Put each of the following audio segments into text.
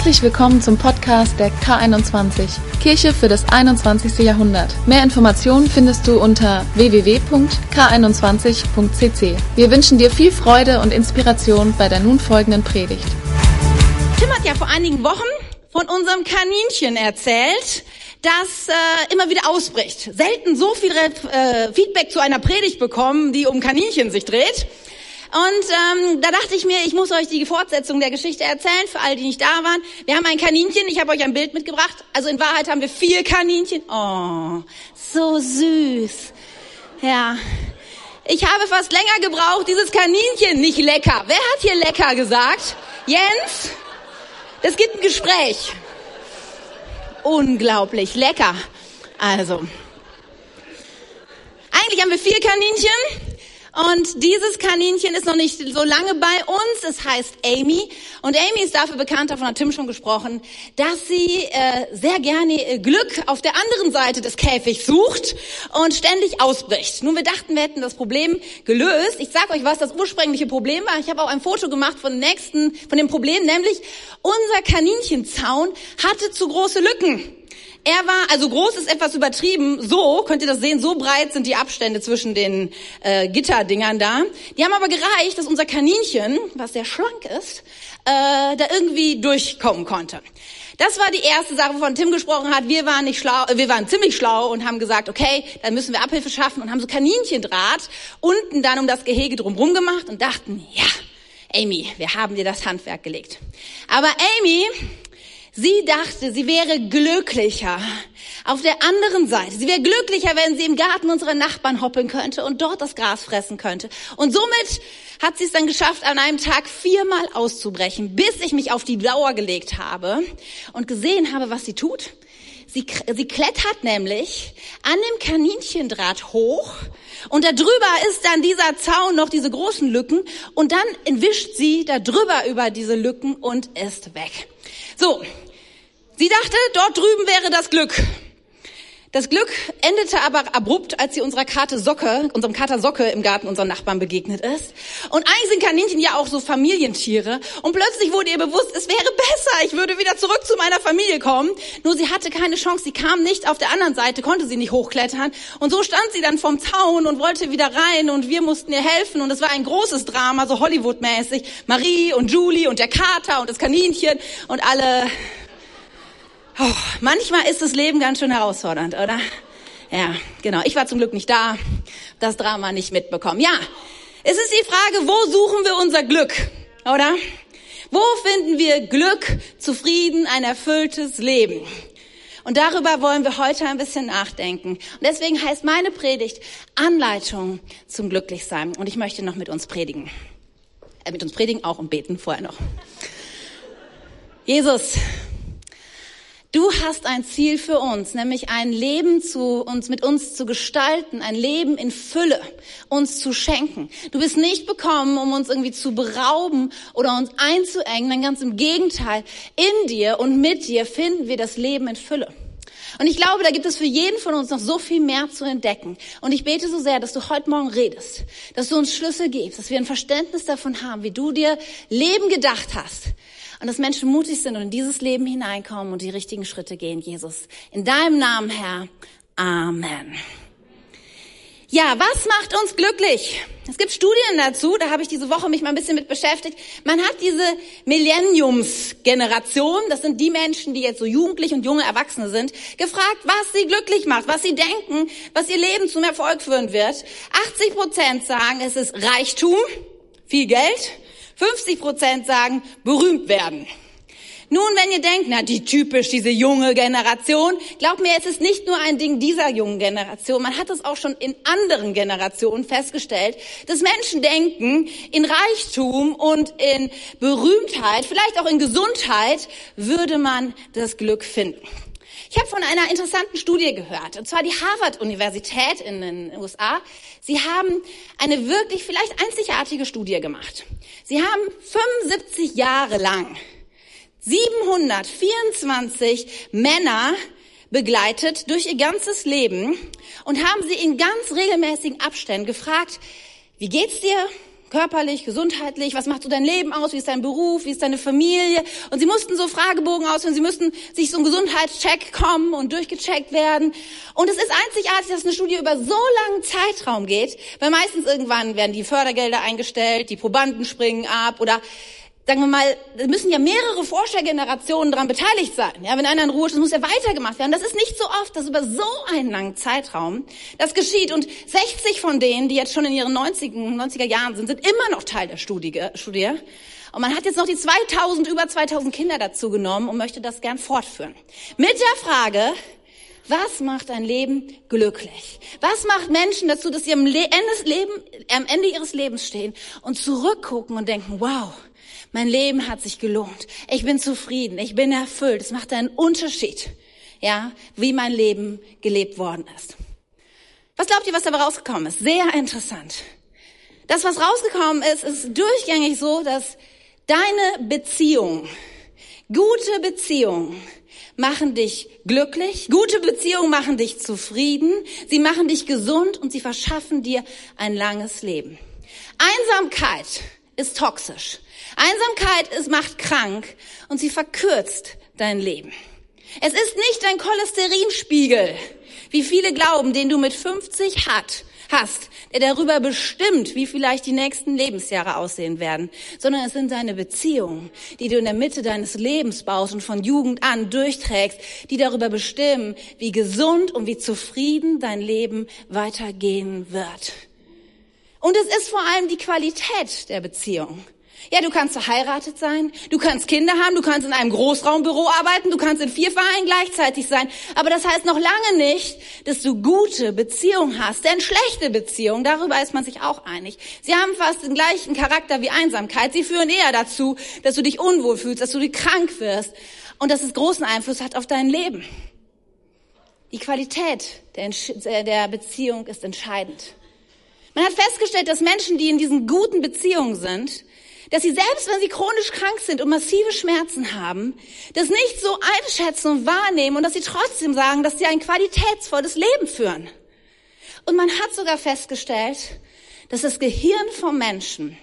Herzlich willkommen zum Podcast der K21, Kirche für das 21. Jahrhundert. Mehr Informationen findest du unter www.k21.cc. Wir wünschen dir viel Freude und Inspiration bei der nun folgenden Predigt. Tim hat ja vor einigen Wochen von unserem Kaninchen erzählt, das immer wieder ausbricht. Selten so viel Feedback zu einer Predigt bekommen, die um Kaninchen sich dreht. Und da dachte ich mir, ich muss euch die Fortsetzung der Geschichte erzählen, für alle, die nicht da waren. Wir haben ein Kaninchen, ich habe euch ein Bild mitgebracht. Also in Wahrheit haben wir 4 Kaninchen. Oh, so süß. Ja, ich habe fast länger gebraucht, dieses Kaninchen, nicht lecker. Wer hat hier lecker gesagt? Jens? Es gibt ein Gespräch. Unglaublich lecker. Also, eigentlich haben wir 4 Kaninchen. Und dieses Kaninchen ist noch nicht so lange bei uns. Es heißt Amy. Und Amy ist dafür bekannt, davon hat Tim schon gesprochen, dass sie sehr gerne Glück auf der anderen Seite des Käfigs sucht und ständig ausbricht. Nun, wir dachten, wir hätten das Problem gelöst. Ich sag euch, was das ursprüngliche Problem war. Ich habe auch ein Foto gemacht von dem Problem, nämlich unser Kaninchenzaun hatte zu große Lücken. Er war, also groß ist etwas übertrieben, so, könnt ihr das sehen, so breit sind die Abstände zwischen den Gitterdingern da. Die haben aber gereicht, dass unser Kaninchen, was sehr schlank ist, da irgendwie durchkommen konnte. Das war die erste Sache, wovon Tim gesprochen hat. Wir waren ziemlich schlau und haben gesagt, okay, dann müssen wir Abhilfe schaffen und haben so Kaninchendraht unten dann um das Gehege drumherum gemacht und dachten, ja, Amy, wir haben dir das Handwerk gelegt. Aber Amy, sie dachte, sie wäre glücklicher auf der anderen Seite. Sie wäre glücklicher, wenn sie im Garten unserer Nachbarn hoppeln könnte und dort das Gras fressen könnte. Und somit hat sie es dann geschafft, an einem Tag 4-mal auszubrechen, bis ich mich auf die Lauer gelegt habe und gesehen habe, was sie tut. Sie klettert nämlich an dem Kaninchendraht hoch und da drüber ist dann dieser Zaun, noch diese großen Lücken und dann entwischt sie da drüber über diese Lücken und ist weg. So, sie dachte, dort drüben wäre das Glück. Das Glück endete aber abrupt, als sie unserem Kater Socke im Garten unserer Nachbarn begegnet ist. Und eigentlich sind Kaninchen ja auch so Familientiere. Und plötzlich wurde ihr bewusst, es wäre besser, ich würde wieder zurück zu meiner Familie kommen. Nur sie hatte keine Chance, sie kam nicht auf der anderen Seite, konnte sie nicht hochklettern. Und so stand sie dann vorm Zaun und wollte wieder rein und wir mussten ihr helfen. Und es war ein großes Drama, so Hollywood-mäßig. Marie und Julie und der Kater und das Kaninchen und alle. Oh, manchmal ist das Leben ganz schön herausfordernd, oder? Ja, genau. Ich war zum Glück nicht da, das Drama nicht mitbekommen. Ja, es ist die Frage, wo suchen wir unser Glück, oder? Wo finden wir Glück, Zufrieden, ein erfülltes Leben? Und darüber wollen wir heute ein bisschen nachdenken. Und deswegen heißt meine Predigt Anleitung zum Glücklichsein. Und ich möchte noch mit uns predigen. Auch und beten vorher noch. Jesus, du hast ein Ziel für uns, nämlich ein Leben mit uns zu gestalten, ein Leben in Fülle uns zu schenken. Du bist nicht gekommen, um uns irgendwie zu berauben oder uns einzuengen, denn ganz im Gegenteil, in dir und mit dir finden wir das Leben in Fülle. Und ich glaube, da gibt es für jeden von uns noch so viel mehr zu entdecken. Und ich bete so sehr, dass du heute Morgen redest, dass du uns Schlüssel gibst, dass wir ein Verständnis davon haben, wie du dir Leben gedacht hast. Und dass Menschen mutig sind und in dieses Leben hineinkommen und die richtigen Schritte gehen, Jesus. In deinem Namen, Herr. Amen. Ja, was macht uns glücklich? Es gibt Studien dazu, da habe ich diese Woche mich mal ein bisschen mit beschäftigt. Man hat diese Millenniums-Generation, das sind die Menschen, die jetzt so jugendlich und junge Erwachsene sind, gefragt, was sie glücklich macht, was sie denken, was ihr Leben zum Erfolg führen wird. 80% sagen, es ist Reichtum, viel Geld. 50% sagen, berühmt werden. Nun, wenn ihr denkt, diese junge Generation, glaubt mir, es ist nicht nur ein Ding dieser jungen Generation. Man hat es auch schon in anderen Generationen festgestellt, dass Menschen denken, in Reichtum und in Berühmtheit, vielleicht auch in Gesundheit, würde man das Glück finden. Ich habe von einer interessanten Studie gehört, und zwar die Harvard-Universität in den USA. Sie haben eine wirklich vielleicht einzigartige Studie gemacht. Sie haben 75 Jahre lang 724 Männer begleitet durch ihr ganzes Leben und haben sie in ganz regelmäßigen Abständen gefragt, wie geht's dir? körperlich, gesundheitlich, was macht so dein Leben aus, wie ist dein Beruf, wie ist deine Familie? Und sie mussten so Fragebogen ausfüllen, sie mussten sich so einen Gesundheitscheck kommen und durchgecheckt werden. Und es ist einzigartig, dass eine Studie über so langen Zeitraum geht, weil meistens irgendwann werden die Fördergelder eingestellt, die Probanden springen ab oder sagen wir mal, es müssen ja mehrere Forschergenerationen daran beteiligt sein. Ja, wenn einer in Ruhe ist, muss ja weitergemacht werden. Das ist nicht so oft, dass über so einen langen Zeitraum das geschieht. Und 60 von denen, die jetzt schon in ihren 90er Jahren sind immer noch Teil der Studie. Und man hat jetzt noch die über 2000 Kinder dazu genommen und möchte das gern fortführen. Mit der Frage, was macht ein Leben glücklich? Was macht Menschen dazu, dass sie am Ende ihres Lebens stehen und zurückgucken und denken, wow, mein Leben hat sich gelohnt. Ich bin zufrieden. Ich bin erfüllt. Es macht einen Unterschied, ja, wie mein Leben gelebt worden ist. Was glaubt ihr, was dabei rausgekommen ist? Sehr interessant. Das, was rausgekommen ist, ist durchgängig so, dass deine Beziehungen, gute Beziehungen, machen dich glücklich. Gute Beziehungen machen dich zufrieden. Sie machen dich gesund und sie verschaffen dir ein langes Leben. Einsamkeit ist toxisch. Einsamkeit macht krank und sie verkürzt dein Leben. Es ist nicht dein Cholesterinspiegel, wie viele glauben, den du mit 50 hast, der darüber bestimmt, wie vielleicht die nächsten Lebensjahre aussehen werden, sondern es sind deine Beziehungen, die du in der Mitte deines Lebens baust und von Jugend an durchträgst, die darüber bestimmen, wie gesund und wie zufrieden dein Leben weitergehen wird. Und es ist vor allem die Qualität der Beziehung. Ja, du kannst verheiratet sein, du kannst Kinder haben, du kannst in einem Großraumbüro arbeiten, du kannst in 4 Vereinen gleichzeitig sein. Aber das heißt noch lange nicht, dass du gute Beziehungen hast. Denn schlechte Beziehungen, darüber ist man sich auch einig. Sie haben fast den gleichen Charakter wie Einsamkeit. Sie führen eher dazu, dass du dich unwohl fühlst, dass du krank wirst und dass es großen Einfluss hat auf dein Leben. Die Qualität der Beziehung ist entscheidend. Man hat festgestellt, dass Menschen, die in diesen guten Beziehungen sind, dass sie selbst, wenn sie chronisch krank sind und massive Schmerzen haben, das nicht so einschätzen und wahrnehmen und dass sie trotzdem sagen, dass sie ein qualitätsvolles Leben führen. Und man hat sogar festgestellt, dass das Gehirn vom Menschen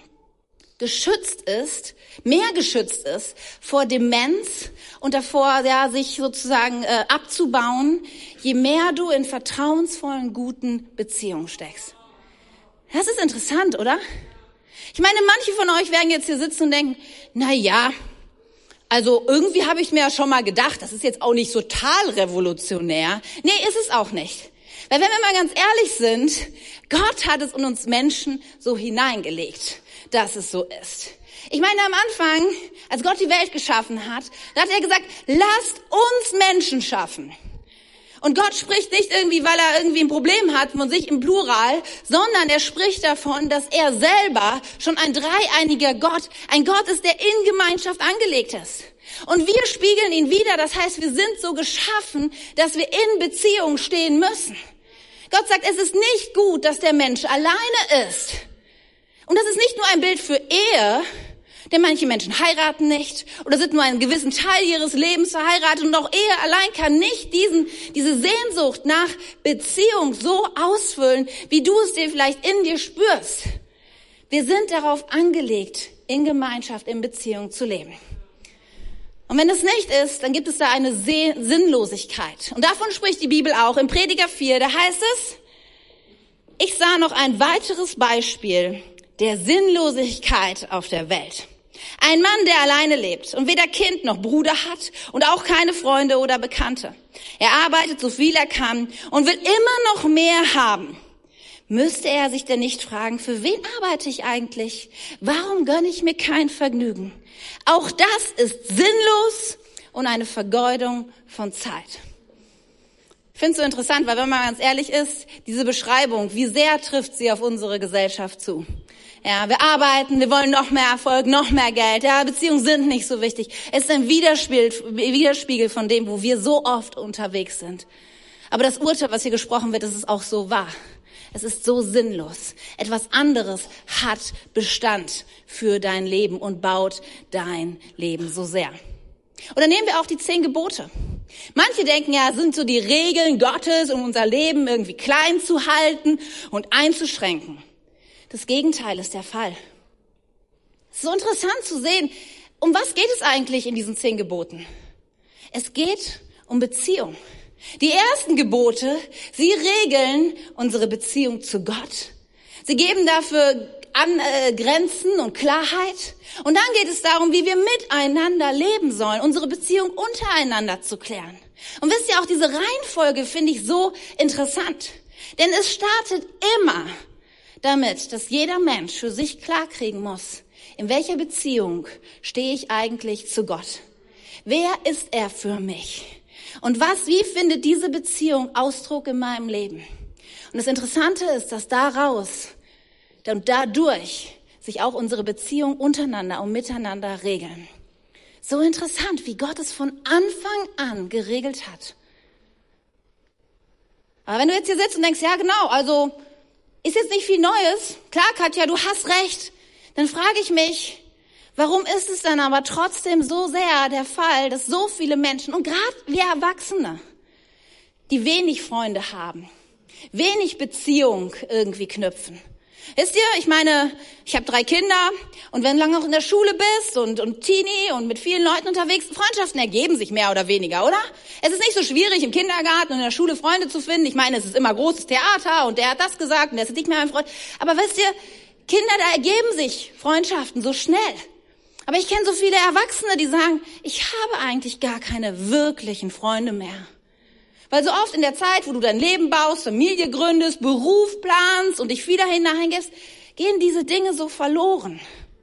mehr geschützt ist vor Demenz und davor, ja, sich sozusagen abzubauen, je mehr du in vertrauensvollen, guten Beziehungen steckst. Das ist interessant, oder? Ich meine, manche von euch werden jetzt hier sitzen und denken, na ja, also irgendwie habe ich mir ja schon mal gedacht, das ist jetzt auch nicht so total revolutionär. Nee, ist es auch nicht. Weil wenn wir mal ganz ehrlich sind, Gott hat es in uns Menschen so hineingelegt, dass es so ist. Ich meine, am Anfang, als Gott die Welt geschaffen hat, da hat er gesagt, lasst uns Menschen schaffen. Und Gott spricht nicht irgendwie, weil er irgendwie ein Problem hat von sich im Plural, sondern er spricht davon, dass er selber schon ein dreieiniger Gott, ein Gott ist, der in Gemeinschaft angelegt ist. Und wir spiegeln ihn wider, das heißt, wir sind so geschaffen, dass wir in Beziehung stehen müssen. Gott sagt, es ist nicht gut, dass der Mensch alleine ist. Und das ist nicht nur ein Bild für Ehe, denn manche Menschen heiraten nicht oder sind nur einen gewissen Teil ihres Lebens verheiratet und auch Ehe allein kann nicht diese Sehnsucht nach Beziehung so ausfüllen, wie du es dir vielleicht in dir spürst. Wir sind darauf angelegt, in Gemeinschaft, in Beziehung zu leben. Und wenn es nicht ist, dann gibt es da eine Sinnlosigkeit. Und davon spricht die Bibel auch. Im Prediger 4, da heißt es, ich sah noch ein weiteres Beispiel der Sinnlosigkeit auf der Welt. Ein Mann, der alleine lebt und weder Kind noch Bruder hat und auch keine Freunde oder Bekannte. Er arbeitet so viel er kann und will immer noch mehr haben. Müsste er sich denn nicht fragen, für wen arbeite ich eigentlich? Warum gönne ich mir kein Vergnügen? Auch das ist sinnlos und eine Vergeudung von Zeit. Ich finde es so interessant, weil wenn man ganz ehrlich ist, diese Beschreibung, wie sehr trifft sie auf unsere Gesellschaft zu? Ja, wir arbeiten, wir wollen noch mehr Erfolg, noch mehr Geld. Ja, Beziehungen sind nicht so wichtig. Es ist ein Widerspiegel von dem, wo wir so oft unterwegs sind. Aber das Urteil, was hier gesprochen wird, das ist auch so wahr. Es ist so sinnlos. Etwas anderes hat Bestand für dein Leben und baut dein Leben so sehr. Oder nehmen wir auch die 10 Gebote. Manche denken ja, sind so die Regeln Gottes, um unser Leben irgendwie klein zu halten und einzuschränken. Das Gegenteil ist der Fall. so interessant zu sehen, um was geht es eigentlich in diesen 10 Geboten? Es geht um Beziehung. Die ersten Gebote, sie regeln unsere Beziehung zu Gott. Sie geben dafür Grenzen und Klarheit. Und dann geht es darum, wie wir miteinander leben sollen, unsere Beziehung untereinander zu klären. Und wisst ihr, auch diese Reihenfolge finde ich so interessant. Denn es startet immer damit, dass jeder Mensch für sich klarkriegen muss, in welcher Beziehung stehe ich eigentlich zu Gott? Wer ist er für mich? Und wie findet diese Beziehung Ausdruck in meinem Leben? Und das Interessante ist, dass daraus und dadurch sich auch unsere Beziehung untereinander und miteinander regeln. So interessant, wie Gott es von Anfang an geregelt hat. Aber wenn du jetzt hier sitzt und denkst, ja genau, also ist jetzt nicht viel Neues. Klar, Katja, du hast recht. Dann frage ich mich, warum ist es dann aber trotzdem so sehr der Fall, dass so viele Menschen und gerade wir Erwachsene, die wenig Freunde haben, wenig Beziehung irgendwie knüpfen. Wisst ihr, ich meine, ich habe 3 Kinder und wenn du lange noch in der Schule bist und Teenie und mit vielen Leuten unterwegs, Freundschaften ergeben sich mehr oder weniger, oder? Es ist nicht so schwierig, im Kindergarten und in der Schule Freunde zu finden. Ich meine, es ist immer großes Theater und der hat das gesagt und der ist nicht mehr mein Freund. Aber wisst ihr, Kinder, da ergeben sich Freundschaften so schnell. Aber ich kenne so viele Erwachsene, die sagen, ich habe eigentlich gar keine wirklichen Freunde mehr. Weil so oft in der Zeit, wo du dein Leben baust, Familie gründest, Beruf planst und dich wieder hineingibst, gehen diese Dinge so verloren.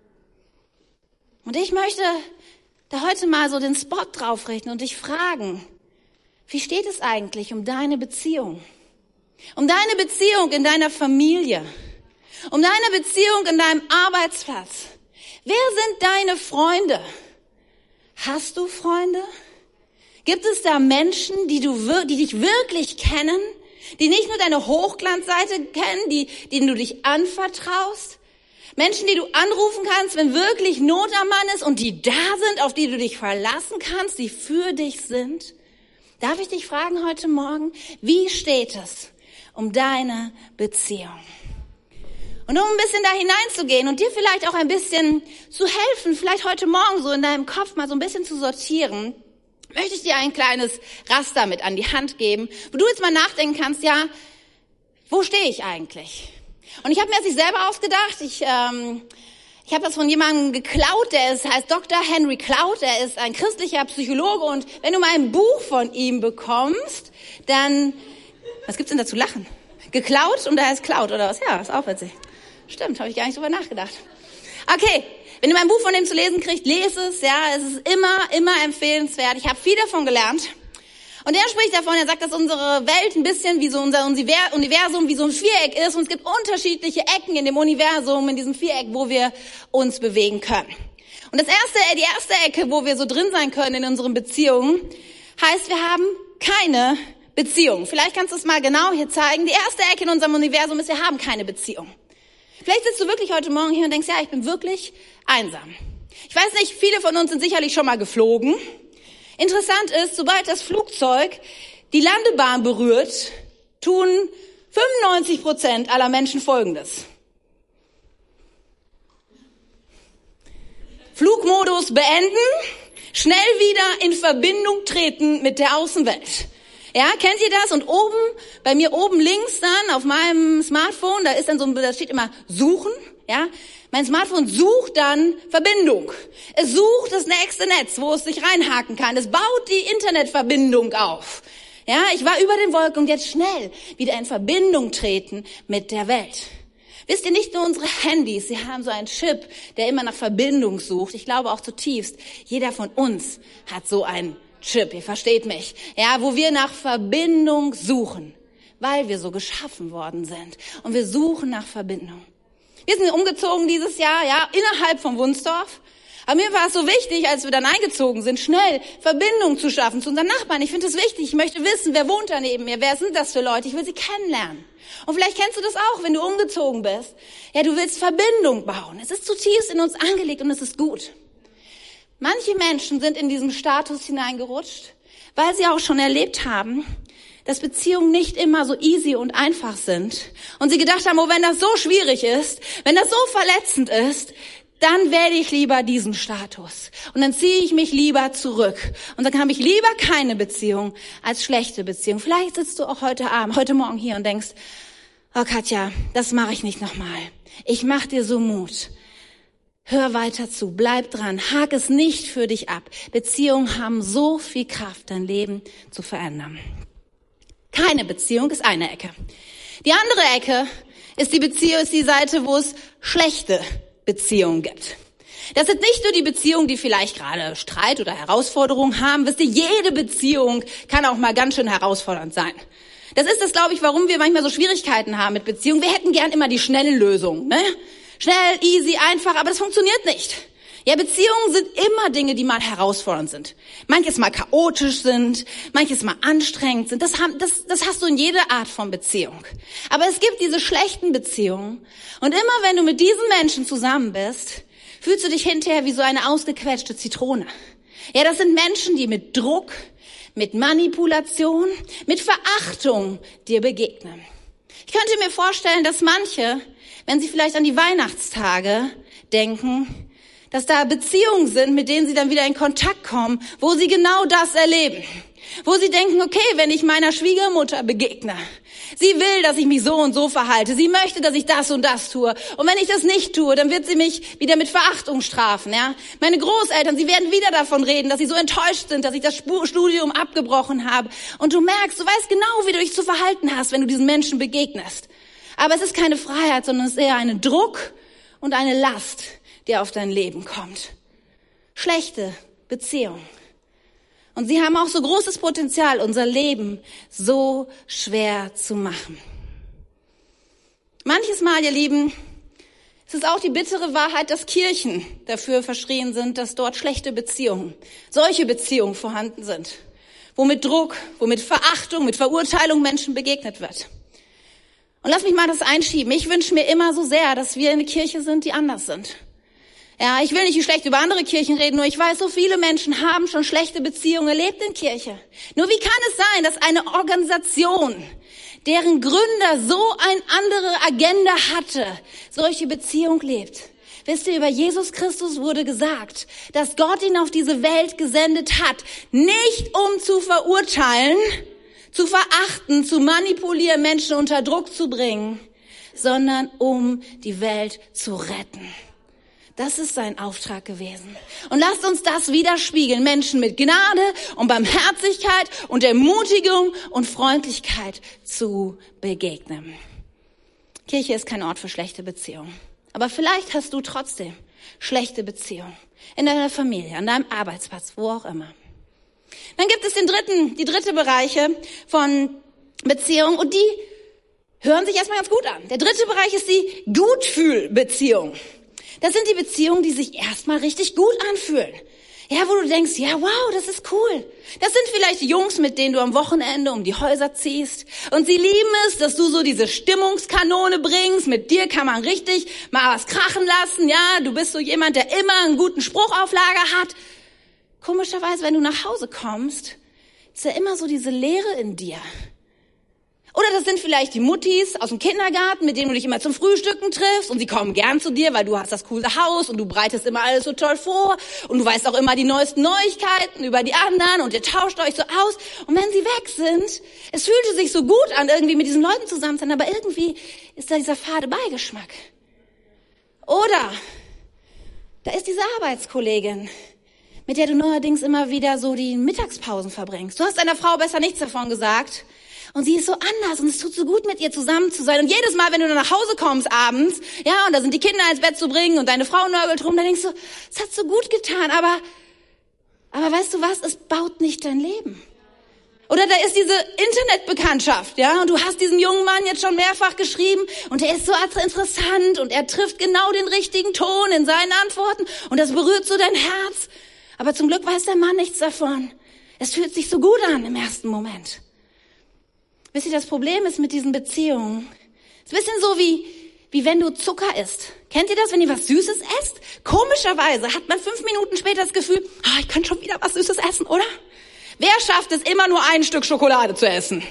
Und ich möchte da heute mal so den Spot drauf richten und dich fragen, wie steht es eigentlich um deine Beziehung? Um deine Beziehung in deiner Familie? Um deine Beziehung in deinem Arbeitsplatz? Wer sind deine Freunde? Hast du Freunde? Gibt es da Menschen, die dich wirklich kennen, die nicht nur deine Hochglanzseite kennen, denen du dich anvertraust? Menschen, die du anrufen kannst, wenn wirklich Not am Mann ist und die da sind, auf die du dich verlassen kannst, die für dich sind? Darf ich dich fragen heute Morgen, wie steht es um deine Beziehung? Und um ein bisschen da hineinzugehen und dir vielleicht auch ein bisschen zu helfen, vielleicht heute Morgen so in deinem Kopf mal so ein bisschen zu sortieren, möchte ich dir ein kleines Raster mit an die Hand geben, wo du jetzt mal nachdenken kannst, ja, wo stehe ich eigentlich? Und ich habe mir das nicht selber ausgedacht, ich habe das von jemandem geklaut, heißt Dr. Henry Cloud, er ist ein christlicher Psychologe und wenn du mal ein Buch von ihm bekommst, dann, was gibt's denn da zu lachen? Geklaut und da heißt Cloud oder was? Ja, ist auch witzig. Stimmt, habe ich gar nicht drüber nachgedacht. Okay. Wenn du mein Buch von dem zu lesen kriegst, lese es, ja, es ist immer empfehlenswert. Ich habe viel davon gelernt. Und er spricht davon, er sagt, dass unsere Welt ein bisschen wie so unser Universum wie so ein Viereck ist und es gibt unterschiedliche Ecken in dem Universum, in diesem Viereck, wo wir uns bewegen können. Und die erste Ecke, wo wir so drin sein können in unseren Beziehungen, heißt, wir haben keine Beziehung. Vielleicht kannst du es mal genau hier zeigen. Die erste Ecke in unserem Universum ist, wir haben keine Beziehung. Vielleicht sitzt du wirklich heute Morgen hier und denkst, ja, ich bin wirklich einsam. Ich weiß nicht, viele von uns sind sicherlich schon mal geflogen. Interessant ist, sobald das Flugzeug die Landebahn berührt, tun 95% aller Menschen Folgendes. Flugmodus beenden, schnell wieder in Verbindung treten mit der Außenwelt. Ja, kennt ihr das? Und bei mir oben links dann auf meinem Smartphone, da steht immer suchen, ja. Mein Smartphone sucht dann Verbindung. Es sucht das nächste Netz, wo es sich reinhaken kann. Es baut die Internetverbindung auf. Ja, ich war über den Wolken und jetzt schnell wieder in Verbindung treten mit der Welt. Wisst ihr, nicht nur unsere Handys, sie haben so einen Chip, der immer nach Verbindung sucht. Ich glaube auch zutiefst, jeder von uns hat so einen Chip, ihr versteht mich, ja, wo wir nach Verbindung suchen, weil wir so geschaffen worden sind und wir suchen nach Verbindung. Wir sind umgezogen dieses Jahr, ja, innerhalb von Wunsdorf. Aber mir war es so wichtig, als wir dann eingezogen sind, schnell Verbindung zu schaffen zu unseren Nachbarn. Ich finde es wichtig, ich möchte wissen, wer wohnt da neben mir, wer sind das für Leute, ich will sie kennenlernen. Und vielleicht kennst du das auch, wenn du umgezogen bist. Ja, du willst Verbindung bauen. Es ist zutiefst in uns angelegt und es ist gut. Manche Menschen sind in diesen Status hineingerutscht, weil sie auch schon erlebt haben, dass Beziehungen nicht immer so easy und einfach sind. Und sie gedacht haben, oh, wenn das so schwierig ist, wenn das so verletzend ist, dann wähle ich lieber diesen Status. Und dann ziehe ich mich lieber zurück. Und dann habe ich lieber keine Beziehung als schlechte Beziehung. Vielleicht sitzt du auch heute Morgen hier und denkst, oh Katja, das mache ich nicht nochmal. Ich mache dir so Mut. Hör weiter zu, bleib dran, hak es nicht für dich ab. Beziehungen haben so viel Kraft, dein Leben zu verändern. Keine Beziehung ist eine Ecke. Die andere Ecke ist die Seite, wo es schlechte Beziehungen gibt. Das sind nicht nur die Beziehungen, die vielleicht gerade Streit oder Herausforderungen haben. Wisst ihr, jede Beziehung kann auch mal ganz schön herausfordernd sein. Das ist das, glaube ich, warum wir manchmal so Schwierigkeiten haben mit Beziehungen. Wir hätten gern immer die schnelle Lösung, ne? Schnell, easy, einfach, aber das funktioniert nicht. Ja, Beziehungen sind immer Dinge, die mal herausfordernd sind. Manches mal chaotisch sind, manches mal anstrengend sind. Das hast du in jeder Art von Beziehung. Aber es gibt diese schlechten Beziehungen. Und immer wenn du mit diesen Menschen zusammen bist, fühlst du dich hinterher wie so eine ausgequetschte Zitrone. Ja, das sind Menschen, die mit Druck, mit Manipulation, mit Verachtung dir begegnen. Ich könnte mir vorstellen, dass manche, wenn sie vielleicht an die Weihnachtstage denken, dass da Beziehungen sind, mit denen sie dann wieder in Kontakt kommen, wo sie genau das erleben. Wo sie denken, okay, wenn ich meiner Schwiegermutter begegne, sie will, dass ich mich so und so verhalte, sie möchte, dass ich das und das tue. Und wenn ich das nicht tue, dann wird sie mich wieder mit Verachtung strafen. Ja? Meine Großeltern, sie werden wieder davon reden, dass sie so enttäuscht sind, dass ich das Studium abgebrochen habe. Und du merkst, du weißt genau, wie du dich zu verhalten hast, wenn du diesen Menschen begegnest. Aber es ist keine Freiheit, sondern es ist eher ein Druck und eine Last, die auf dein Leben kommt. Schlechte Beziehungen. Und sie haben auch so großes Potenzial, unser Leben so schwer zu machen. Manches Mal, ihr Lieben, ist es auch die bittere Wahrheit, dass Kirchen dafür verschrien sind, dass dort schlechte Beziehungen, solche Beziehungen vorhanden sind, wo mit Druck, wo mit Verachtung, mit Verurteilung Menschen begegnet wird. Und lass mich mal das einschieben. Ich wünsche mir immer so sehr, dass wir eine Kirche sind, die anders sind. Ja, ich will nicht schlecht über andere Kirchen reden, nur ich weiß, so viele Menschen haben schon schlechte Beziehungen erlebt in Kirche. Nur wie kann es sein, dass eine Organisation, deren Gründer so eine andere Agenda hatte, solche Beziehung lebt? Wisst ihr, über Jesus Christus wurde gesagt, dass Gott ihn auf diese Welt gesendet hat, nicht um zu verurteilen, zu verachten, zu manipulieren, Menschen unter Druck zu bringen, sondern um die Welt zu retten. Das ist sein Auftrag gewesen. Und lasst uns das widerspiegeln, Menschen mit Gnade und Barmherzigkeit und Ermutigung und Freundlichkeit zu begegnen. Kirche ist kein Ort für schlechte Beziehungen. Aber vielleicht hast du trotzdem schlechte Beziehungen in deiner Familie, an deinem Arbeitsplatz, wo auch immer. Dann gibt es die dritte Bereiche von Beziehungen und die hören sich erstmal ganz gut an. Der dritte Bereich ist die Gutfühlbeziehung. Das sind die Beziehungen, die sich erstmal richtig gut anfühlen. Ja, wo du denkst, ja, wow, das ist cool. Das sind vielleicht die Jungs, mit denen du am Wochenende um die Häuser ziehst. Und sie lieben es, dass du so diese Stimmungskanone bringst. Mit dir kann man richtig mal was krachen lassen. Ja, du bist so jemand, der immer einen guten Spruch auf Lager hat. Komischerweise, wenn du nach Hause kommst, ist ja immer so diese Leere in dir. Oder das sind vielleicht die Muttis aus dem Kindergarten, mit denen du dich immer zum Frühstücken triffst und sie kommen gern zu dir, weil du hast das coole Haus und du bereitest immer alles so toll vor und du weißt auch immer die neuesten Neuigkeiten über die anderen und ihr tauscht euch so aus. Und wenn sie weg sind, es fühlte sich so gut an, irgendwie mit diesen Leuten zusammen zu sein, aber irgendwie ist da dieser fade Beigeschmack. Oder da ist diese Arbeitskollegin, mit der du neuerdings immer wieder so die Mittagspausen verbringst. Du hast deiner Frau besser nichts davon gesagt. Und sie ist so anders und es tut so gut, mit ihr zusammen zu sein. Und jedes Mal, wenn du dann nach Hause kommst abends, ja, und da sind die Kinder ins Bett zu bringen und deine Frau nörgelt rum, dann denkst du, es hat so gut getan, aber weißt du was, es baut nicht dein Leben. Oder da ist diese Internetbekanntschaft, ja, und du hast diesem jungen Mann jetzt schon mehrfach geschrieben und er ist so interessant und er trifft genau den richtigen Ton in seinen Antworten und das berührt so dein Herz. Aber zum Glück weiß der Mann nichts davon. Es fühlt sich so gut an im ersten Moment. Wisst ihr, das Problem ist mit diesen Beziehungen, es ist ein bisschen so wie wenn du Zucker isst. Kennt ihr das, wenn ihr was Süßes esst? Komischerweise hat man 5 Minuten später das Gefühl, ich könnte schon wieder was Süßes essen, oder? Wer schafft es, immer nur ein Stück Schokolade zu essen?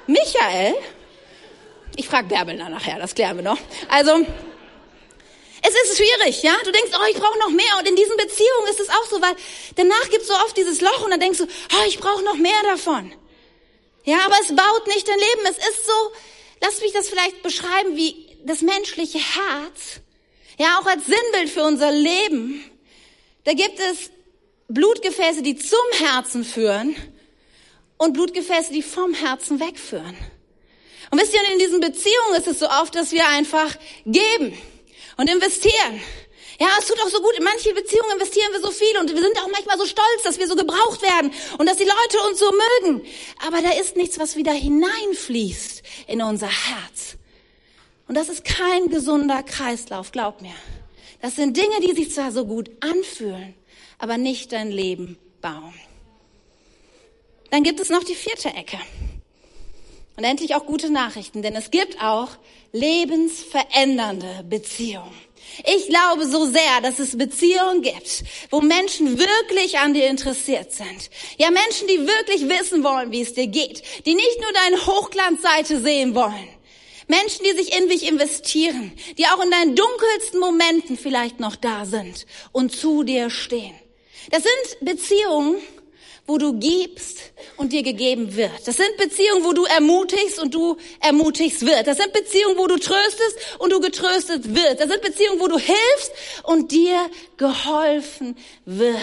Michael? Ich frage Bärbel nachher, das klären wir noch. Also, es ist schwierig, ja? Du denkst, ich brauche noch mehr. Und in diesen Beziehungen ist es auch so, weil danach gibt es so oft dieses Loch und dann denkst du, ich brauche noch mehr davon. Ja, aber es baut nicht dein Leben. Es ist so, lass mich das vielleicht beschreiben wie das menschliche Herz. Ja, auch als Sinnbild für unser Leben. Da gibt es Blutgefäße, die zum Herzen führen und Blutgefäße, die vom Herzen wegführen. Und wisst ihr, in diesen Beziehungen ist es so oft, dass wir einfach geben und investieren. Ja, es tut auch so gut. In manchen Beziehungen investieren wir so viel und wir sind auch manchmal so stolz, dass wir so gebraucht werden und dass die Leute uns so mögen. Aber da ist nichts, was wieder hineinfließt in unser Herz. Und das ist kein gesunder Kreislauf, glaub mir. Das sind Dinge, die sich zwar so gut anfühlen, aber nicht dein Leben bauen. Dann gibt es noch die 4. Ecke. Und endlich auch gute Nachrichten, denn es gibt auch lebensverändernde Beziehungen. Ich glaube so sehr, dass es Beziehungen gibt, wo Menschen wirklich an dir interessiert sind. Ja, Menschen, die wirklich wissen wollen, wie es dir geht, die nicht nur deine Hochglanzseite sehen wollen. Menschen, die sich in dich investieren, die auch in deinen dunkelsten Momenten vielleicht noch da sind und zu dir stehen. Das sind Beziehungen, wo du gibst und dir gegeben wird. Das sind Beziehungen, wo du ermutigst und du ermutigst wird. Das sind Beziehungen, wo du tröstest und du getröstet wirst. Das sind Beziehungen, wo du hilfst und dir geholfen wird.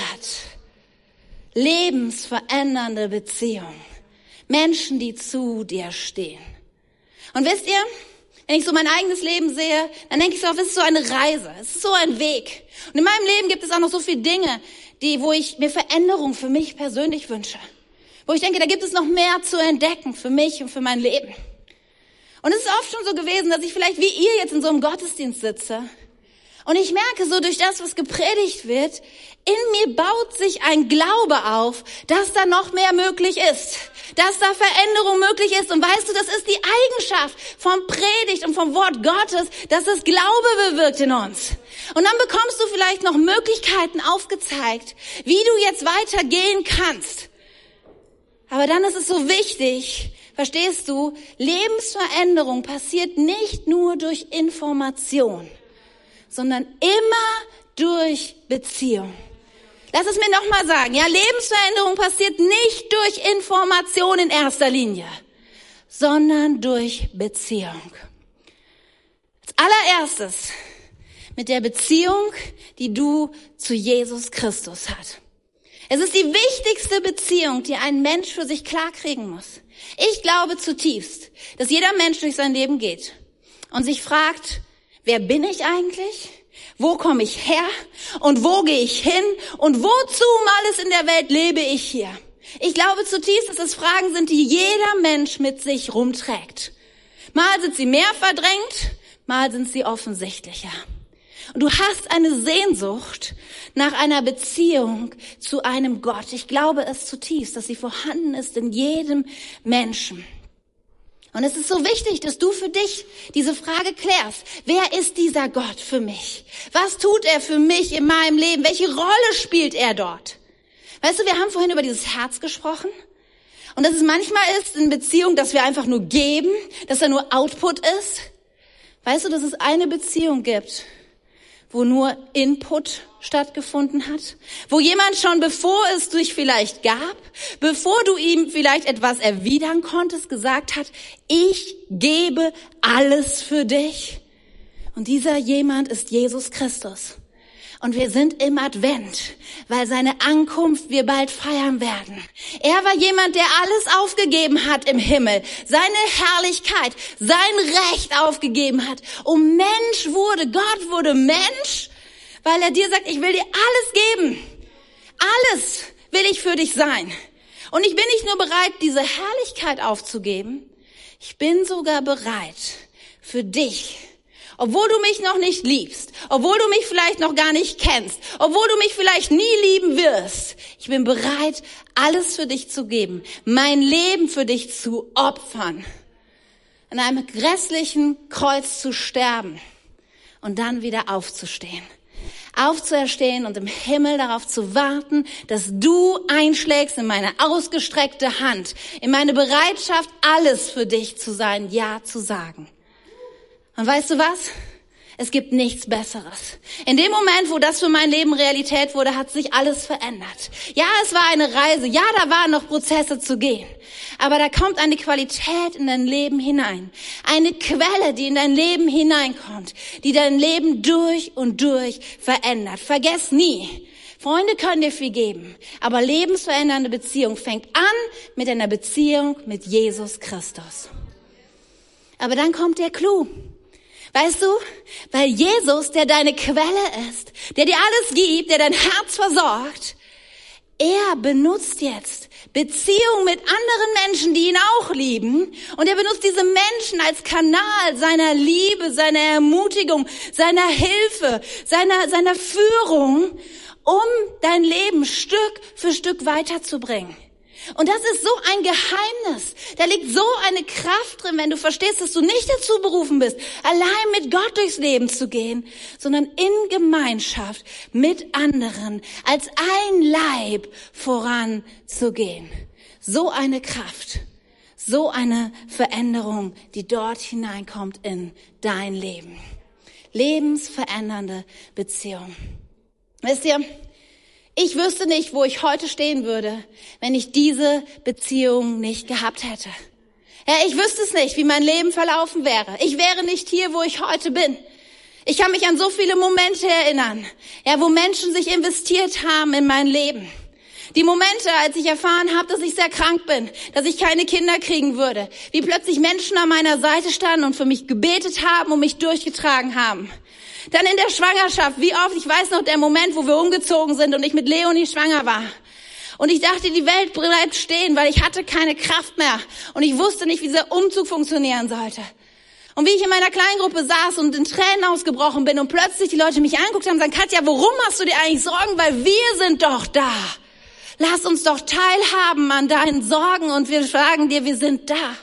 Lebensverändernde Beziehungen. Menschen, die zu dir stehen. Und wisst ihr, wenn ich so mein eigenes Leben sehe, dann denke ich so, es ist so eine Reise, es ist so ein Weg. Und in meinem Leben gibt es auch noch so viele Dinge, wo ich mir Veränderung für mich persönlich wünsche. Wo ich denke, da gibt es noch mehr zu entdecken für mich und für mein Leben. Und es ist oft schon so gewesen, dass ich vielleicht wie ihr jetzt in so einem Gottesdienst sitze und ich merke so durch das, was gepredigt wird, in mir baut sich ein Glaube auf, dass da noch mehr möglich ist. Dass da Veränderung möglich ist. Und weißt du, das ist die Eigenschaft vom Predigt und vom Wort Gottes, dass es Glaube bewirkt in uns. Und dann bekommst du vielleicht noch Möglichkeiten aufgezeigt, wie du jetzt weitergehen kannst. Aber dann ist es so wichtig, verstehst du, Lebensveränderung passiert nicht nur durch Information, sondern immer durch Beziehung. Lass es mir nochmal sagen, ja, Lebensveränderung passiert nicht durch Information in erster Linie, sondern durch Beziehung. Als allererstes mit der Beziehung, die du zu Jesus Christus hast. Es ist die wichtigste Beziehung, die ein Mensch für sich klarkriegen muss. Ich glaube zutiefst, dass jeder Mensch durch sein Leben geht und sich fragt, wer bin ich eigentlich? Wo komme ich her und wo gehe ich hin und wozu um alles in der Welt lebe ich hier? Ich glaube zutiefst, dass es Fragen sind, die jeder Mensch mit sich rumträgt. Mal sind sie mehr verdrängt, mal sind sie offensichtlicher. Und du hast eine Sehnsucht nach einer Beziehung zu einem Gott. Ich glaube es zutiefst, dass sie vorhanden ist in jedem Menschen. Und es ist so wichtig, dass du für dich diese Frage klärst. Wer ist dieser Gott für mich? Was tut er für mich in meinem Leben? Welche Rolle spielt er dort? Weißt du, wir haben vorhin über dieses Herz gesprochen. Und dass es manchmal ist in Beziehung, dass wir einfach nur geben, dass da nur Output ist. Weißt du, dass es eine Beziehung gibt, wo nur Input stattgefunden hat, wo jemand schon, bevor es dich vielleicht gab, bevor du ihm vielleicht etwas erwidern konntest, gesagt hat, ich gebe alles für dich. Und dieser jemand ist Jesus Christus. Und wir sind im Advent, weil seine Ankunft wir bald feiern werden. Er war jemand, der alles aufgegeben hat im Himmel, seine Herrlichkeit, sein Recht aufgegeben hat und Mensch wurde. Gott wurde Mensch, weil er dir sagt, ich will dir alles geben. Alles will ich für dich sein. Und ich bin nicht nur bereit, diese Herrlichkeit aufzugeben, ich bin sogar bereit für dich. Obwohl du mich noch nicht liebst, obwohl du mich vielleicht noch gar nicht kennst, obwohl du mich vielleicht nie lieben wirst. Ich bin bereit, alles für dich zu geben, mein Leben für dich zu opfern, an einem grässlichen Kreuz zu sterben und dann wieder aufzustehen. Aufzuerstehen und im Himmel darauf zu warten, dass du einschlägst in meine ausgestreckte Hand, in meine Bereitschaft, alles für dich zu sein, Ja zu sagen. Und weißt du was? Es gibt nichts Besseres. In dem Moment, wo das für mein Leben Realität wurde, hat sich alles verändert. Ja, es war eine Reise. Ja, da waren noch Prozesse zu gehen. Aber da kommt eine Qualität in dein Leben hinein. Eine Quelle, die in dein Leben hineinkommt, die dein Leben durch und durch verändert. Vergess nie, Freunde können dir viel geben, aber lebensverändernde Beziehung fängt an mit einer Beziehung mit Jesus Christus. Aber dann kommt der Clou. Weißt du, weil Jesus, der deine Quelle ist, der dir alles gibt, der dein Herz versorgt, er benutzt jetzt Beziehung mit anderen Menschen, die ihn auch lieben. Und er benutzt diese Menschen als Kanal seiner Liebe, seiner Ermutigung, seiner Hilfe, seiner Führung, um dein Leben Stück für Stück weiterzubringen. Und das ist so ein Geheimnis. Da liegt so eine Kraft drin, wenn du verstehst, dass du nicht dazu berufen bist, allein mit Gott durchs Leben zu gehen, sondern in Gemeinschaft mit anderen als ein Leib voranzugehen. So eine Kraft, so eine Veränderung, die dort hineinkommt in dein Leben. Lebensverändernde Beziehung. Wisst ihr, ich wüsste nicht, wo ich heute stehen würde, wenn ich diese Beziehung nicht gehabt hätte. Ja, ich wüsste es nicht, wie mein Leben verlaufen wäre. Ich wäre nicht hier, wo ich heute bin. Ich kann mich an so viele Momente erinnern, ja, wo Menschen sich investiert haben in mein Leben. Die Momente, als ich erfahren habe, dass ich sehr krank bin, dass ich keine Kinder kriegen würde, wie plötzlich Menschen an meiner Seite standen und für mich gebetet haben und mich durchgetragen haben. Dann in der Schwangerschaft, wie oft, ich weiß noch, der Moment, wo wir umgezogen sind und ich mit Leonie schwanger war. Und ich dachte, die Welt bleibt stehen, weil ich hatte keine Kraft mehr. Und ich wusste nicht, wie dieser Umzug funktionieren sollte. Und wie ich in meiner Kleingruppe saß und in Tränen ausgebrochen bin und plötzlich die Leute mich angeguckt haben und sagen, Katja, warum hast du dir eigentlich Sorgen? Weil wir sind doch da. Lass uns doch teilhaben an deinen Sorgen und wir sagen dir, wir sind da.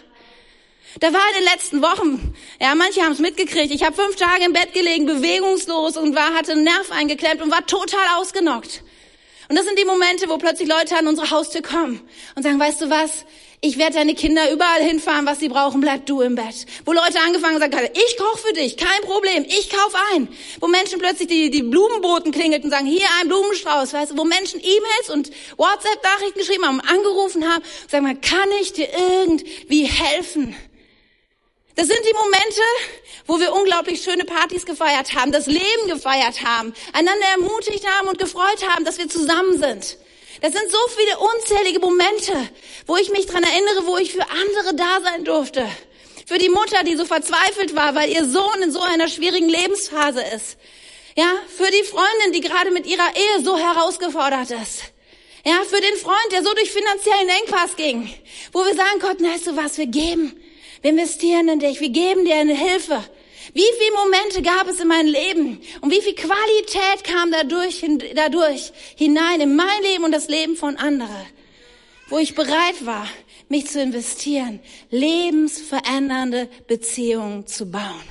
Da war in den letzten Wochen, ja, manche haben es mitgekriegt, ich habe 5 Tage im Bett gelegen, bewegungslos und hatte einen Nerv eingeklemmt und war total ausgenockt. Und das sind die Momente, wo plötzlich Leute an unsere Haustür kommen und sagen, weißt du was, ich werde deine Kinder überall hinfahren, was sie brauchen, bleib du im Bett. Wo Leute angefangen haben und sagen, ich koche für dich, kein Problem, ich kaufe ein. Wo Menschen plötzlich die Blumenboten klingelten und sagen, hier ein Blumenstrauß, weißt du, wo Menschen E-Mails und WhatsApp-Nachrichten geschrieben haben, angerufen haben und sagen, kann ich dir irgendwie helfen? Das sind die Momente, wo wir unglaublich schöne Partys gefeiert haben, das Leben gefeiert haben, einander ermutigt haben und gefreut haben, dass wir zusammen sind. Das sind so viele unzählige Momente, wo ich mich dran erinnere, wo ich für andere da sein durfte. Für die Mutter, die so verzweifelt war, weil ihr Sohn in so einer schwierigen Lebensphase ist. Ja, für die Freundin, die gerade mit ihrer Ehe so herausgefordert ist. Ja, für den Freund, der so durch finanziellen Engpass ging, wo wir sagen konnten, weißt du was, wir geben. Wir investieren in dich, wir geben dir eine Hilfe. Wie viele Momente gab es in meinem Leben und wie viel Qualität kam dadurch hinein in mein Leben und das Leben von anderen, wo ich bereit war, mich zu investieren, lebensverändernde Beziehungen zu bauen.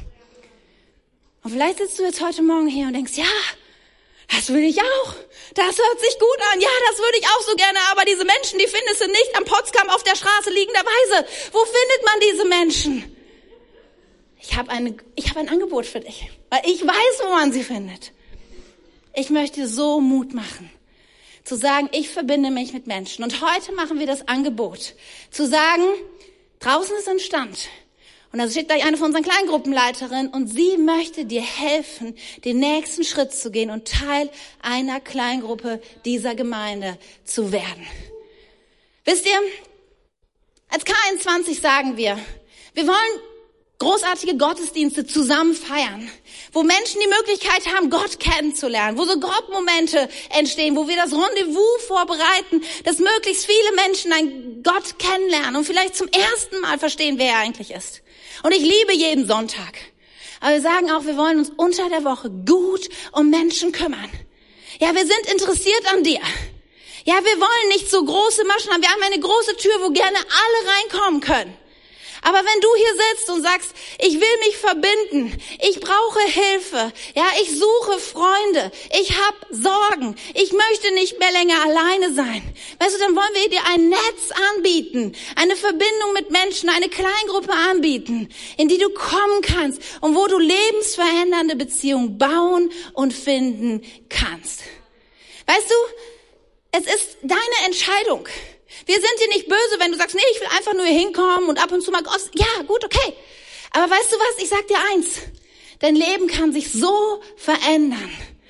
Und vielleicht sitzt du jetzt heute Morgen hier und denkst, ja, das will ich auch. Das hört sich gut an. Ja, das würde ich auch so gerne. Aber diese Menschen, die findest du nicht am Potsdam auf der Straße liegenderweise. Wo findet man diese Menschen? Ich habe ein Angebot für dich, weil ich weiß, wo man sie findet. Ich möchte so Mut machen, zu sagen, ich verbinde mich mit Menschen. Und heute machen wir das Angebot, zu sagen, draußen ist ein Stand. Und da steht gleich eine von unseren Kleingruppenleiterinnen und sie möchte dir helfen, den nächsten Schritt zu gehen und Teil einer Kleingruppe dieser Gemeinde zu werden. Wisst ihr, als K21 sagen wir wollen großartige Gottesdienste zusammen feiern, wo Menschen die Möglichkeit haben, Gott kennenzulernen, wo so Grobmomente entstehen, wo wir das Rendezvous vorbereiten, dass möglichst viele Menschen einen Gott kennenlernen und vielleicht zum ersten Mal verstehen, wer er eigentlich ist. Und ich liebe jeden Sonntag. Aber wir sagen auch, wir wollen uns unter der Woche gut um Menschen kümmern. Ja, wir sind interessiert an dir. Ja, wir wollen nicht so große Maschen haben. Wir haben eine große Tür, wo gerne alle reinkommen können. Aber wenn du hier sitzt und sagst, ich will mich verbinden, ich brauche Hilfe, ja, ich suche Freunde, ich habe Sorgen, ich möchte nicht mehr länger alleine sein. Weißt du, dann wollen wir dir ein Netz anbieten, eine Verbindung mit Menschen, eine Kleingruppe anbieten, in die du kommen kannst und wo du lebensverändernde Beziehungen bauen und finden kannst. Weißt du, es ist deine Entscheidung. Wir sind dir nicht böse, wenn du sagst, nee, ich will einfach nur hier hinkommen und ab und zu mal, ja, gut, okay. Aber weißt du was, ich sag dir eins, dein Leben kann sich so verändern,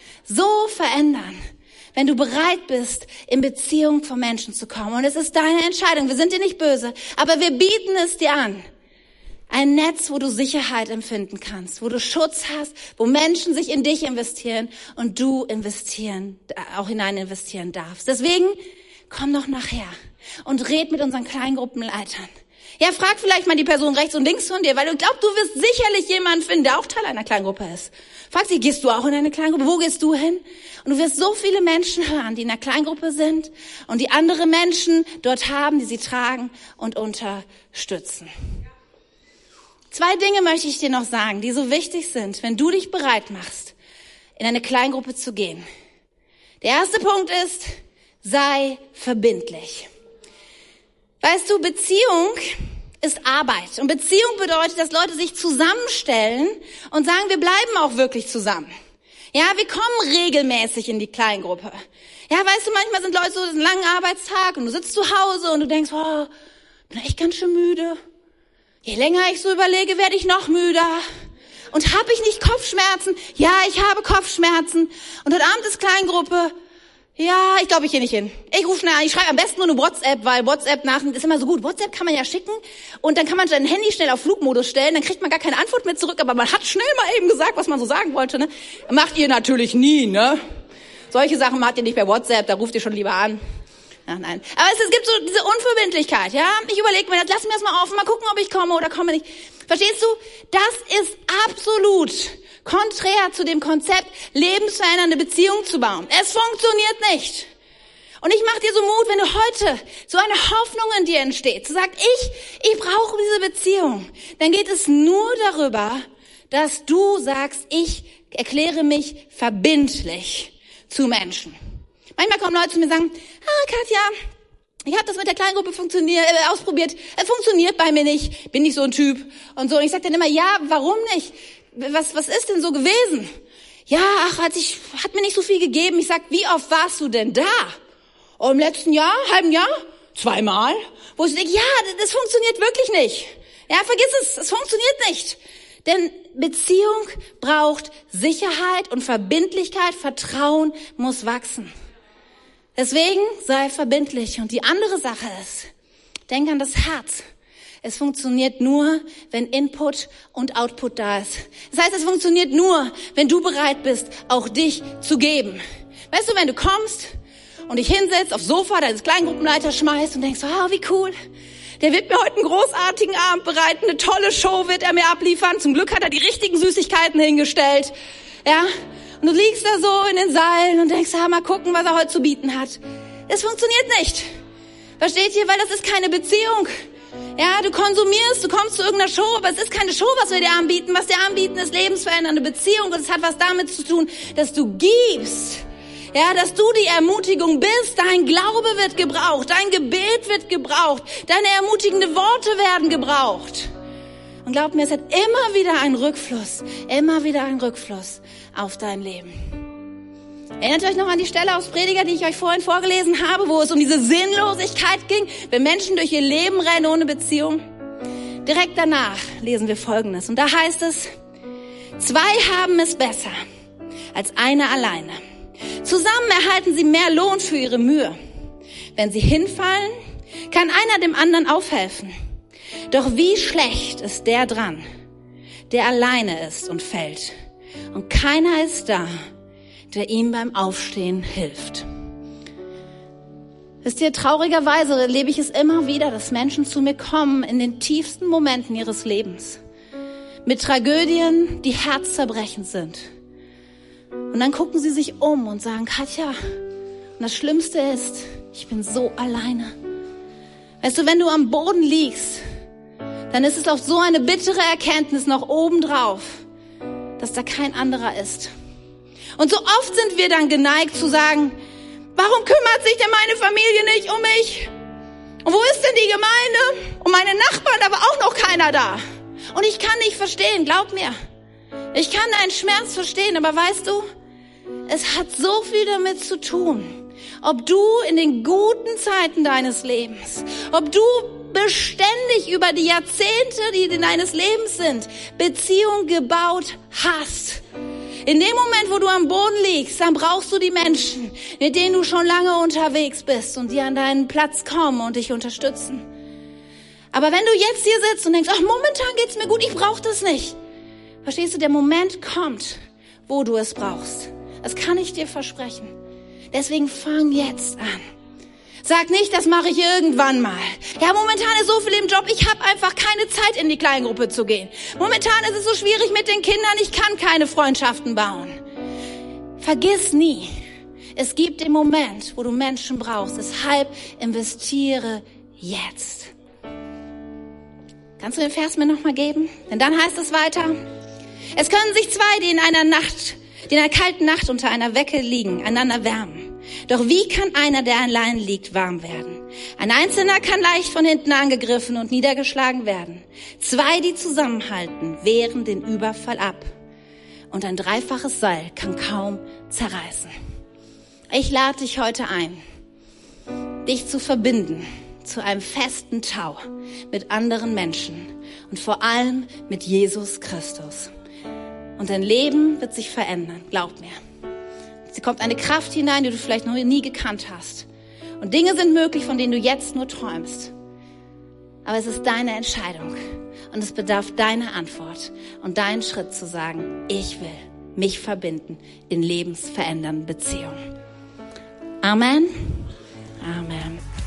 wenn du bereit bist, in Beziehung von Menschen zu kommen. Und es ist deine Entscheidung, wir sind dir nicht böse, aber wir bieten es dir an. Ein Netz, wo du Sicherheit empfinden kannst, wo du Schutz hast, wo Menschen sich in dich investieren und du auch hinein investieren darfst. Deswegen komm doch nachher und red mit unseren Kleingruppenleitern. Ja, frag vielleicht mal die Person rechts und links von dir, weil du glaubst, du wirst sicherlich jemanden finden, der auch Teil einer Kleingruppe ist. Frag sie, gehst du auch in eine Kleingruppe? Wo gehst du hin? Und du wirst so viele Menschen hören, die in einer Kleingruppe sind und die andere Menschen dort haben, die sie tragen und unterstützen. 2 Dinge möchte ich dir noch sagen, die so wichtig sind, wenn du dich bereit machst, in eine Kleingruppe zu gehen. Der erste Punkt ist, sei verbindlich. Weißt du, Beziehung ist Arbeit. Und Beziehung bedeutet, dass Leute sich zusammenstellen und sagen, wir bleiben auch wirklich zusammen. Ja, wir kommen regelmäßig in die Kleingruppe. Ja, weißt du, manchmal sind Leute so, das ist ein langer Arbeitstag und du sitzt zu Hause und du denkst, oh, bin echt ganz schön müde. Je länger ich so überlege, werde ich noch müder. Und habe ich nicht Kopfschmerzen? Ja, ich habe Kopfschmerzen. Und heute Abend ist Kleingruppe. Ja, ich glaube, ich gehe nicht hin. Ich rufe schnell an, ich schreibe am besten nur eine WhatsApp, weil WhatsApp-Nachrichten ist immer so gut. WhatsApp kann man ja schicken und dann kann man sein Handy schnell auf Flugmodus stellen, dann kriegt man gar keine Antwort mehr zurück, aber man hat schnell mal eben gesagt, was man so sagen wollte. Ne? Macht ihr natürlich nie, ne? Solche Sachen macht ihr nicht per WhatsApp, da ruft ihr schon lieber an. Ach nein. Aber es gibt so diese Unverbindlichkeit, ja? Ich überlege mir das, lass mir das mal offen, mal gucken, ob ich komme oder komme nicht. Verstehst du? Das ist absolut konträr zu dem Konzept, lebensverändernde Beziehungen zu bauen. Es funktioniert nicht. Und ich mache dir so Mut, wenn du heute so eine Hoffnung in dir entsteht, zu sagen, ich brauche diese Beziehung, dann geht es nur darüber, dass du sagst, ich erkläre mich verbindlich zu Menschen. Manchmal kommen Leute zu mir und sagen, Katja, ich habe das mit der Kleingruppe ausprobiert, es funktioniert bei mir nicht, bin nicht so ein Typ und so. Und ich sage dann immer, ja, warum nicht? Was ist denn so gewesen? Ja, hat mir nicht so viel gegeben. Ich sag, wie oft warst du denn da? Oh, im letzten Jahr, halben Jahr, 2-mal. Wo ich denke, ja, das funktioniert wirklich nicht. Ja, vergiss es funktioniert nicht. Denn Beziehung braucht Sicherheit und Verbindlichkeit, Vertrauen muss wachsen. Deswegen sei verbindlich. Und die andere Sache ist, denk an das Herz. Es funktioniert nur, wenn Input und Output da ist. Das heißt, es funktioniert nur, wenn du bereit bist, auch dich zu geben. Weißt du, wenn du kommst und dich hinsetzt, aufs Sofa deines Kleingruppenleiters schmeißt und denkst, wie cool, der wird mir heute einen großartigen Abend bereiten, eine tolle Show wird er mir abliefern. Zum Glück hat er die richtigen Süßigkeiten hingestellt. Ja, und du liegst da so in den Seilen und denkst, mal gucken, was er heute zu bieten hat. Es funktioniert nicht. Versteht ihr? Weil das ist keine Beziehung. Ja, du konsumierst, du kommst zu irgendeiner Show, aber es ist keine Show, was wir dir anbieten. Was wir anbieten, ist lebensverändernde Beziehung und es hat was damit zu tun, dass du gibst. Ja, dass du die Ermutigung bist. Dein Glaube wird gebraucht, dein Gebet wird gebraucht, deine ermutigenden Worte werden gebraucht. Und glaub mir, es hat immer wieder einen Rückfluss auf dein Leben. Erinnert euch noch an die Stelle aus Prediger, die ich euch vorhin vorgelesen habe, wo es um diese Sinnlosigkeit ging, wenn Menschen durch ihr Leben rennen ohne Beziehung? Direkt danach lesen wir Folgendes. Und da heißt es, 2 haben es besser als einer alleine. Zusammen erhalten sie mehr Lohn für ihre Mühe. Wenn sie hinfallen, kann einer dem anderen aufhelfen. Doch wie schlecht ist der dran, der alleine ist und fällt. Und keiner ist da, der ihm beim Aufstehen hilft. Wisst ihr, traurigerweise erlebe ich es immer wieder, dass Menschen zu mir kommen in den tiefsten Momenten ihres Lebens. Mit Tragödien, die herzzerbrechend sind. Und dann gucken sie sich um und sagen, Katja, und das Schlimmste ist, ich bin so alleine. Weißt du, wenn du am Boden liegst, dann ist es oft so eine bittere Erkenntnis noch obendrauf, dass da kein anderer ist. Und so oft sind wir dann geneigt zu sagen, warum kümmert sich denn meine Familie nicht um mich? Und wo ist denn die Gemeinde? Und meine Nachbarn, da war auch noch keiner da. Und ich kann nicht verstehen, glaub mir. Ich kann deinen Schmerz verstehen, aber weißt du, es hat so viel damit zu tun, ob du in den guten Zeiten deines Lebens, ob du beständig über die Jahrzehnte, die in deines Lebens sind, Beziehungen gebaut hast. In dem Moment, wo du am Boden liegst, dann brauchst du die Menschen, mit denen du schon lange unterwegs bist und die an deinen Platz kommen und dich unterstützen. Aber wenn du jetzt hier sitzt und denkst, ach, momentan geht's mir gut, ich brauche das nicht. Verstehst du, der Moment kommt, wo du es brauchst. Das kann ich dir versprechen. Deswegen fang jetzt an. Sag nicht, das mache ich irgendwann mal. Ja, momentan ist so viel im Job, ich habe einfach keine Zeit, in die Kleingruppe zu gehen. Momentan ist es so schwierig mit den Kindern, ich kann keine Freundschaften bauen. Vergiss nie, es gibt den Moment, wo du Menschen brauchst. Deshalb investiere jetzt. Kannst du den Vers mir nochmal geben? Denn dann heißt es weiter. Es können sich zwei, die in einer kalten Nacht unter einer Wecke liegen, einander wärmen. Doch wie kann einer, der allein liegt, warm werden? Ein Einzelner kann leicht von hinten angegriffen und niedergeschlagen werden. Zwei, die zusammenhalten, wehren den Überfall ab. Und ein dreifaches Seil kann kaum zerreißen. Ich lade dich heute ein, dich zu verbinden zu einem festen Tau mit anderen Menschen und vor allem mit Jesus Christus. Und dein Leben wird sich verändern, glaub mir. Es kommt eine Kraft hinein, die du vielleicht noch nie gekannt hast. Und Dinge sind möglich, von denen du jetzt nur träumst. Aber es ist deine Entscheidung. Und es bedarf deiner Antwort und deinen Schritt zu sagen, ich will mich verbinden in lebensverändernden Beziehungen. Amen. Amen.